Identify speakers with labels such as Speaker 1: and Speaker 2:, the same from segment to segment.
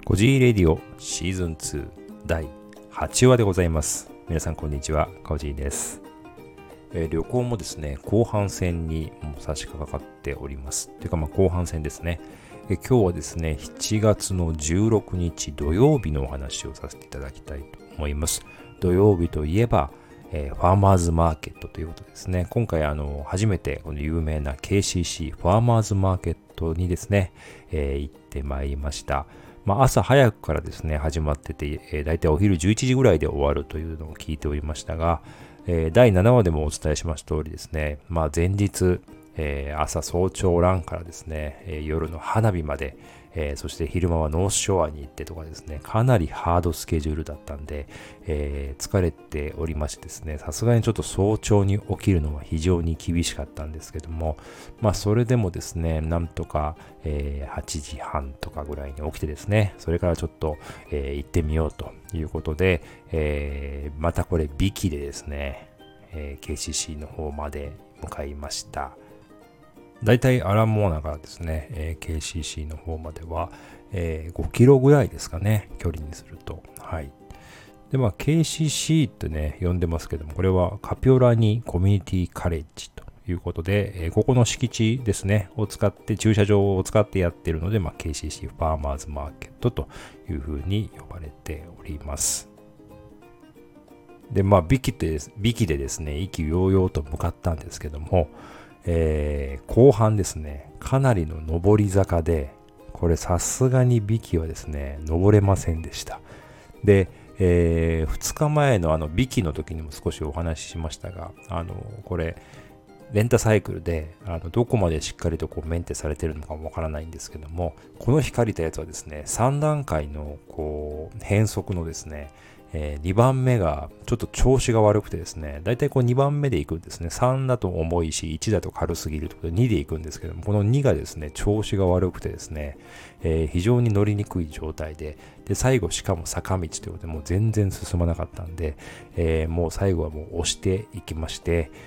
Speaker 1: コジーレディオシーズン2第8話でございます。皆さんこんにちは、コジーです。旅行もですね、後半戦にもう差し掛かっております。というか後半戦ですね。今日はですね、7月の16日土曜日のお話をさせていただきたいと思います。土曜日といえば、ファーマーズマーケットということですね。今回初めてこの有名な KCC ファーマーズマーケットにですね、行ってまいりました。朝早くからですね、始まってて、だいたいお昼11時ぐらいで終わるというのを聞いておりましたが、第7話でもお伝えしました通りですね、前日、朝早朝ランからですね、夜の花火まで、そして昼間はノースショアに行ってとかですね、かなりハードスケジュールだったんで、疲れておりましてですね、さすがにちょっと早朝に起きるのは非常に厳しかったんですけども、それでもですね、なんとか、8時半とかぐらいに起きてですね、それからちょっと、行ってみようということで、またこれビキでですね、KCC の方まで向かいました。だいたいアラモーナからですね、KCC の方までは、5キロぐらいですかね、距離にすると。はい。で、KCC ってね、呼んでますけども、これはカピオラニコミュニティカレッジということで、ここの敷地ですね、を使って、駐車場を使ってやってるので、KCC ファーマーズマーケットというふうに呼ばれております。で、ビキでですね、意気揚々と向かったんですけども、後半ですね、かなりの上り坂で、これさすがにビキはですね、登れませんでした。で、2日前のビキの時にも少しお話ししましたが、これ、レンタサイクルで、どこまでしっかりとメンテされているのかもわからないんですけども、この日借りたやつはですね、3段階の変速のですね、2番目がちょっと調子が悪くてですね、だいたい2番目で行くんですね。3だと重いし、1だと軽すぎるということで2で行くんですけども、この2がですね、調子が悪くてですね、非常に乗りにくい状態で、最後しかも坂道ということでもう全然進まなかったんで、もう最後はもう押していきまして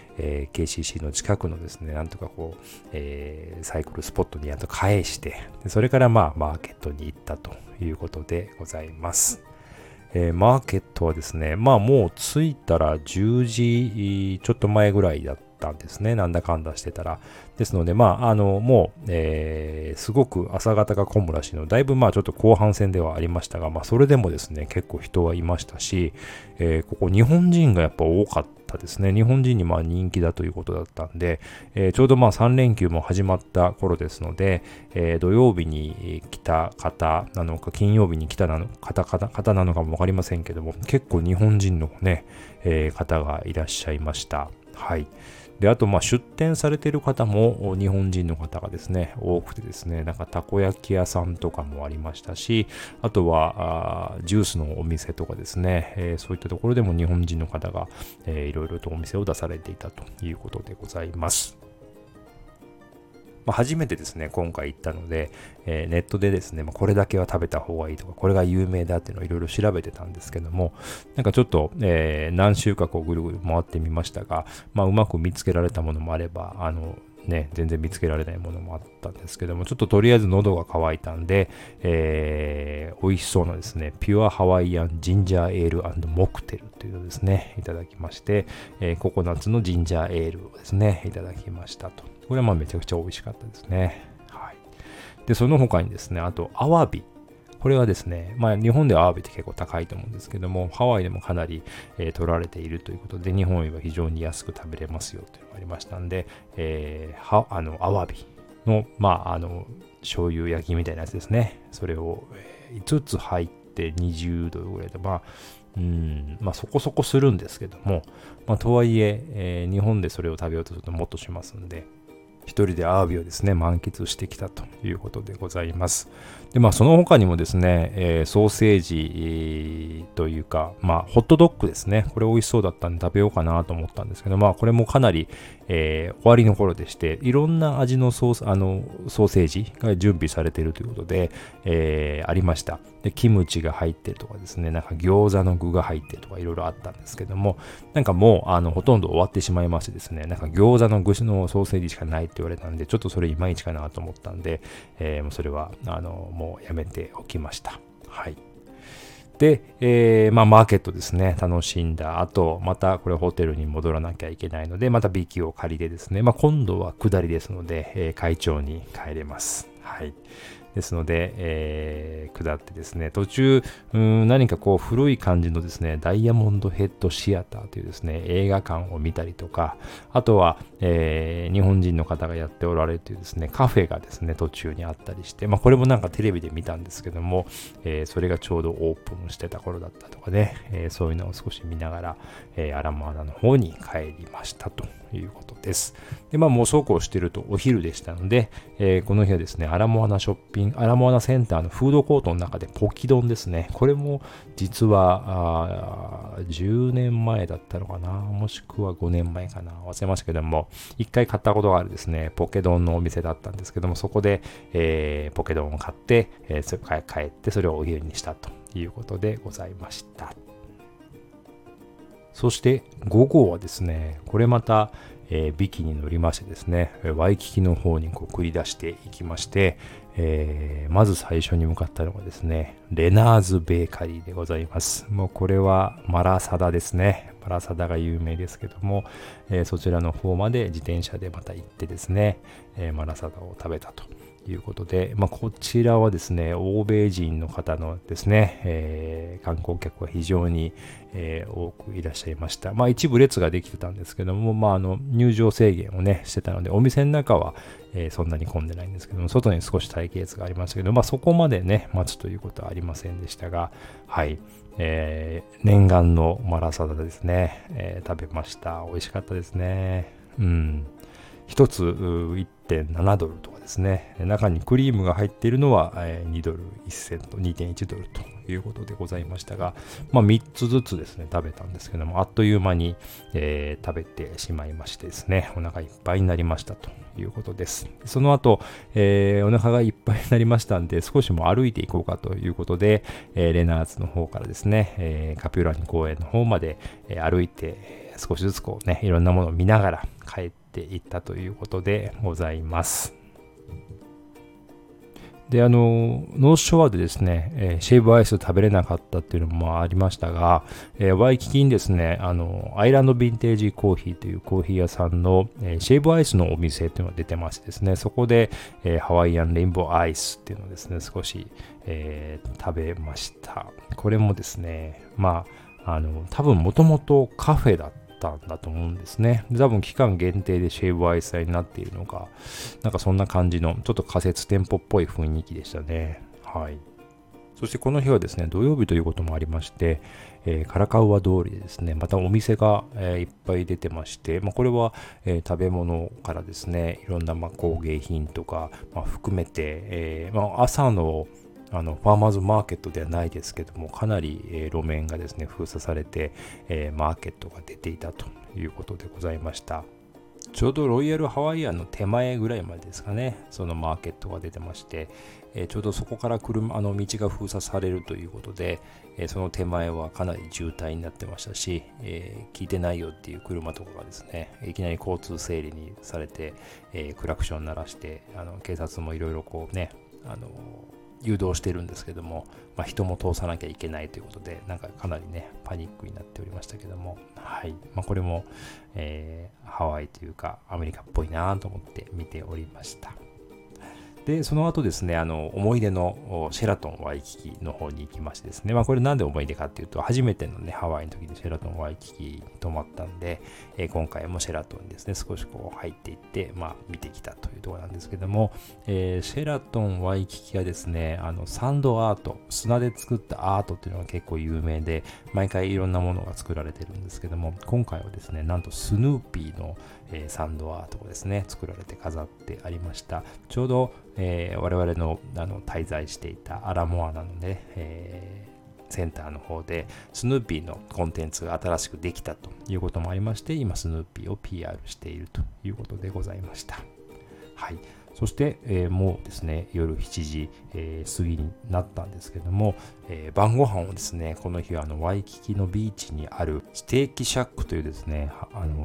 Speaker 1: 、KCC の近くのですね、なんとかサイクルスポットにやっと返して、それからマーケットに行ったということでございます。マーケットはですね、もう着いたら10時ちょっと前ぐらいだったんですね。なんだかんだしてたら。ですので、もう、すごく朝方が混むらしいの。だいぶちょっと後半戦ではありましたが、それでもですね、結構人はいましたし、ここ日本人がやっぱ多かったですね。日本人に人気だということだったんで、ちょうど3連休も始まった頃ですので、土曜日に来た方なのか、金曜日に来た方なのかもわかりませんけども、結構日本人のね、方がいらっしゃいました。はい。で、あと出店されている方も日本人の方がですね、多くてですね、なんかたこ焼き屋さんとかもありましたし、あとはジュースのお店とかですね、そういったところでも日本人の方が、いろいろとお店を出されていたということでございます。初めてですね、今回行ったので、ネットでですね、これだけは食べた方がいいとか、これが有名だっていうのをいろいろ調べてたんですけども、なんかちょっと、何週かぐるぐる回ってみましたが、うまく見つけられたものもあれば、全然見つけられないものもあったんですけども、ちょっととりあえず喉が渇いたんで、美味しそうなですね、ピュアハワイアンジンジャーエール&モクテルというのをですね、いただきまして、ココナッツのジンジャーエールをですね、いただきましたと。これはめちゃくちゃ美味しかったですね。はい。で、その他にですね、あと、アワビ。これはですね、日本ではアワビって結構高いと思うんですけども、ハワイでもかなり、取られているということで、日本よりは非常に安く食べれますよというのがありましたんで、アワビの、醤油焼きみたいなやつですね。それを、5つ入って20ドルぐらいで、そこそこするんですけども、とはいえ日本でそれを食べようとするともっとしますんで、一人でアワビをですね、満喫してきたということでございます。で、その他にもですね、ソーセージ、というか、ホットドッグですね。これ美味しそうだったんで食べようかなと思ったんですけど、これもかなり、終わりの頃でして、いろんな味のソーセージが準備されているということで、ありました。で、キムチが入ってるとかですね、なんか餃子の具が入ってるとかいろいろあったんですけども、なんかもう、ほとんど終わってしまいましてですね、なんか餃子の具のソーセージしかないって言われたんで、ちょっとそれいまいちかなと思ったんで、もうそれは、もうやめておきました。 はい。で、マーケットですね、楽しんだ後、またこれホテルに戻らなきゃいけないので、また B 級を借りてですね、今度は下りですので、会長に帰れます。はい。ですので、下ってですね、途中、何かこう古い感じのですね、ダイヤモンドヘッドシアターというですね、映画館を見たりとか、あとは、日本人の方がやっておられるというですね、カフェがですね、途中にあったりして、これもなんかテレビで見たんですけども、それがちょうどオープンしてた頃だったとかね、そういうのを少し見ながら、アラモアナの方に帰りましたということです。で、もうそうこうしてるとお昼でしたので、この日はですね、アラモアナセンターのフードコートの中でポキ丼ですね。これも実は10年前だったのかな、もしくは5年前かな、忘れましたけども、一回買ったことがあるですね、ポケ丼のお店だったんですけども、そこで、ポケ丼を買って、帰ってそれをお昼にしたということでございました。そして午後はですね、これまた、ビキに乗りましてですね、ワイキキの方に繰り出していきまして、まず最初に向かったのがですね、レナーズベーカリーでございます。もうこれはマラサダですね。マラサダが有名ですけども、そちらの方まで自転車でまた行ってですね、マラサダを食べたということで、こちらはですね、欧米人の方のですね、観光客が非常に、多くいらっしゃいました。一部列ができてたんですけども、入場制限をね、してたので、お店の中は、そんなに混んでないんですけども、外に少し待機列がありましたけど、そこまでね、待つということはありませんでしたが、はい、念願のマラサダですね、食べました。美味しかったですね。一つ1.7 ドルとかですね、中にクリームが入っているのは2ドル1セント、2.1 ドルということでございましたが、3つずつですね、食べたんですけども、あっという間に、食べてしまいましてですね、お腹いっぱいになりましたということです。その後、お腹がいっぱいになりましたんで、少しも歩いていこうかということで、レナーズの方からですね、カピュラニ公園の方まで、歩いて、少しずつこうね、いろんなものを見ながら帰っていったということでございます。で、ノースショアでですね、シェイブアイス食べれなかったっていうのもありましたが、ワイキキにですね、アイランドヴィンテージコーヒーというコーヒー屋さんの、シェイブアイスのお店っていうのが出てましてですね、そこで、ハワイアンレインボーアイスっていうのをですね、少し、食べました。これもですね、多分もともとカフェだったんだと思うんですね。多分期間限定でシェイブアイスになっているのか、なんかそんな感じのちょっと仮設店舗っぽい雰囲気でしたね。はい。そしてこの日はですね、土曜日ということもありまして、カラカウア通りでですね、またお店が、いっぱい出てまして、これは、食べ物からですね、いろんな工芸品とか、含めて、朝のファーマーズマーケットではないですけども、かなり、路面がですね、封鎖されて、マーケットが出ていたということでございました。ちょうどロイヤルハワイアンの手前ぐらいまでですかね、そのマーケットが出てまして、ちょうどそこから道が封鎖されるということで、その手前はかなり渋滞になってましたし、聞いてないよっていう車とかがですね、いきなり交通整理にされて、クラクション鳴らして、警察もいろいろこうね、誘導してるんですけども、人も通さなきゃいけないということで、なんかかなりね、パニックになっておりましたけども、はい。これも、ハワイというか、アメリカっぽいなと思って見ておりました。で、その後ですね、思い出のシェラトンワイキキの方に行きましてですね、これなんで思い出かっていうと、初めてのね、ハワイの時にシェラトンワイキキに泊まったんで、今回もシェラトンにですね、少しこう入っていって、見てきたというところなんですけども、シェラトンワイキキがですね、サンドアート、砂で作ったアートっていうのが結構有名で、毎回いろんなものが作られてるんですけども、今回はですね、なんとスヌーピーのサンドアートをですね、作られて飾ってありました。ちょうど、我々の滞在していたアラモアナのね、センターの方でスヌーピーのコンテンツが新しくできたということもありまして、今スヌーピーを PR しているということでございました。はい。そして、もうですね、夜7時、過ぎになったんですけども、晩ご飯をですね、この日はワイキキのビーチにあるステーキシャックというですね、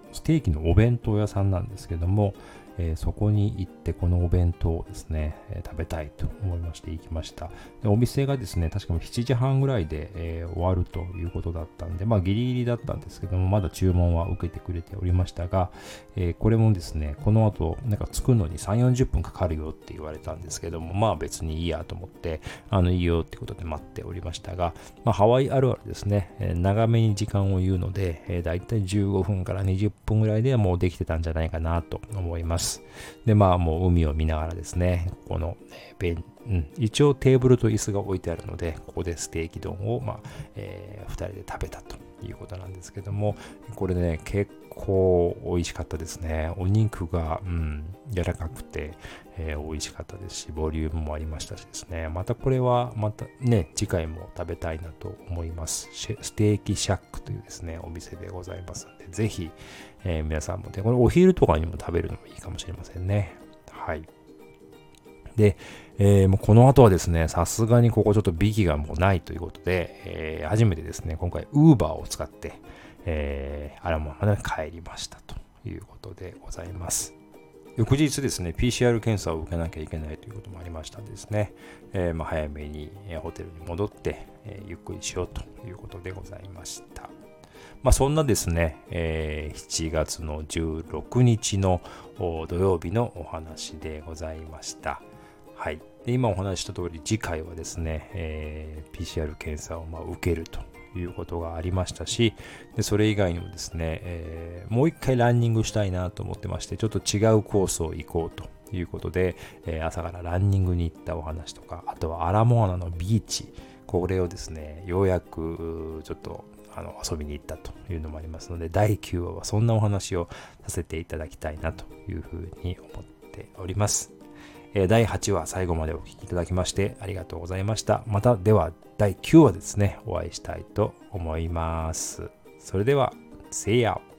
Speaker 1: ステーキのお弁当屋さんなんですけども、そこに行ってこのお弁当をですね、食べたいと思いまして行きました。でお店がですね、確か7時半ぐらいで、終わるということだったんで、ギリギリだったんですけども、まだ注文は受けてくれておりましたが、これもですね、この後、作るのに3、40分かかるよって言われたんですけども、別にいいやと思って、いいよってことで待っておりましたが、ハワイあるあるですね、長めに時間を言うので、だいたい15分から20分ぐらいでもうできてたんじゃないかなと思います。で、もう海を見ながらですね、この、一応テーブルと椅子が置いてあるので、ここでステーキ丼を、2人で食べたということなんですけども、これね、結構美味しかったですね。お肉が、柔らかくて、美味しかったですし、ボリュームもありましたしですね。またこれは、次回も食べたいなと思います。ステーキシャックというですね、お店でございますので、ぜひ、皆さんもね、これお昼とかにも食べるのもいいかもしれませんね。はい。で、もうこの後はですね、さすがにここちょっとビキがもうないということで、初めてですね、今回 Uber を使って、アラモアまで帰りましたということでございます。翌日ですね、PCR 検査を受けなきゃいけないということもありましたんでですね、早めにホテルに戻って、ゆっくりしようということでございました。そんなですね、7月の16日の土曜日のお話でございました。はい。で今お話しした通り、次回はですね、PCR 検査を受けるということがありましたし、でそれ以外にもですね、もう一回ランニングしたいなと思ってまして、ちょっと違うコースを行こうということで、朝からランニングに行ったお話とか、あとはアラモアナのビーチ、これをですね、ようやくちょっと遊びに行ったというのもありますので、第9話はそんなお話をさせていただきたいなというふうに思っております。第8話最後までお聞きいただきましてありがとうございました。またでは第9話ですね、お会いしたいと思います。それでは、See ya!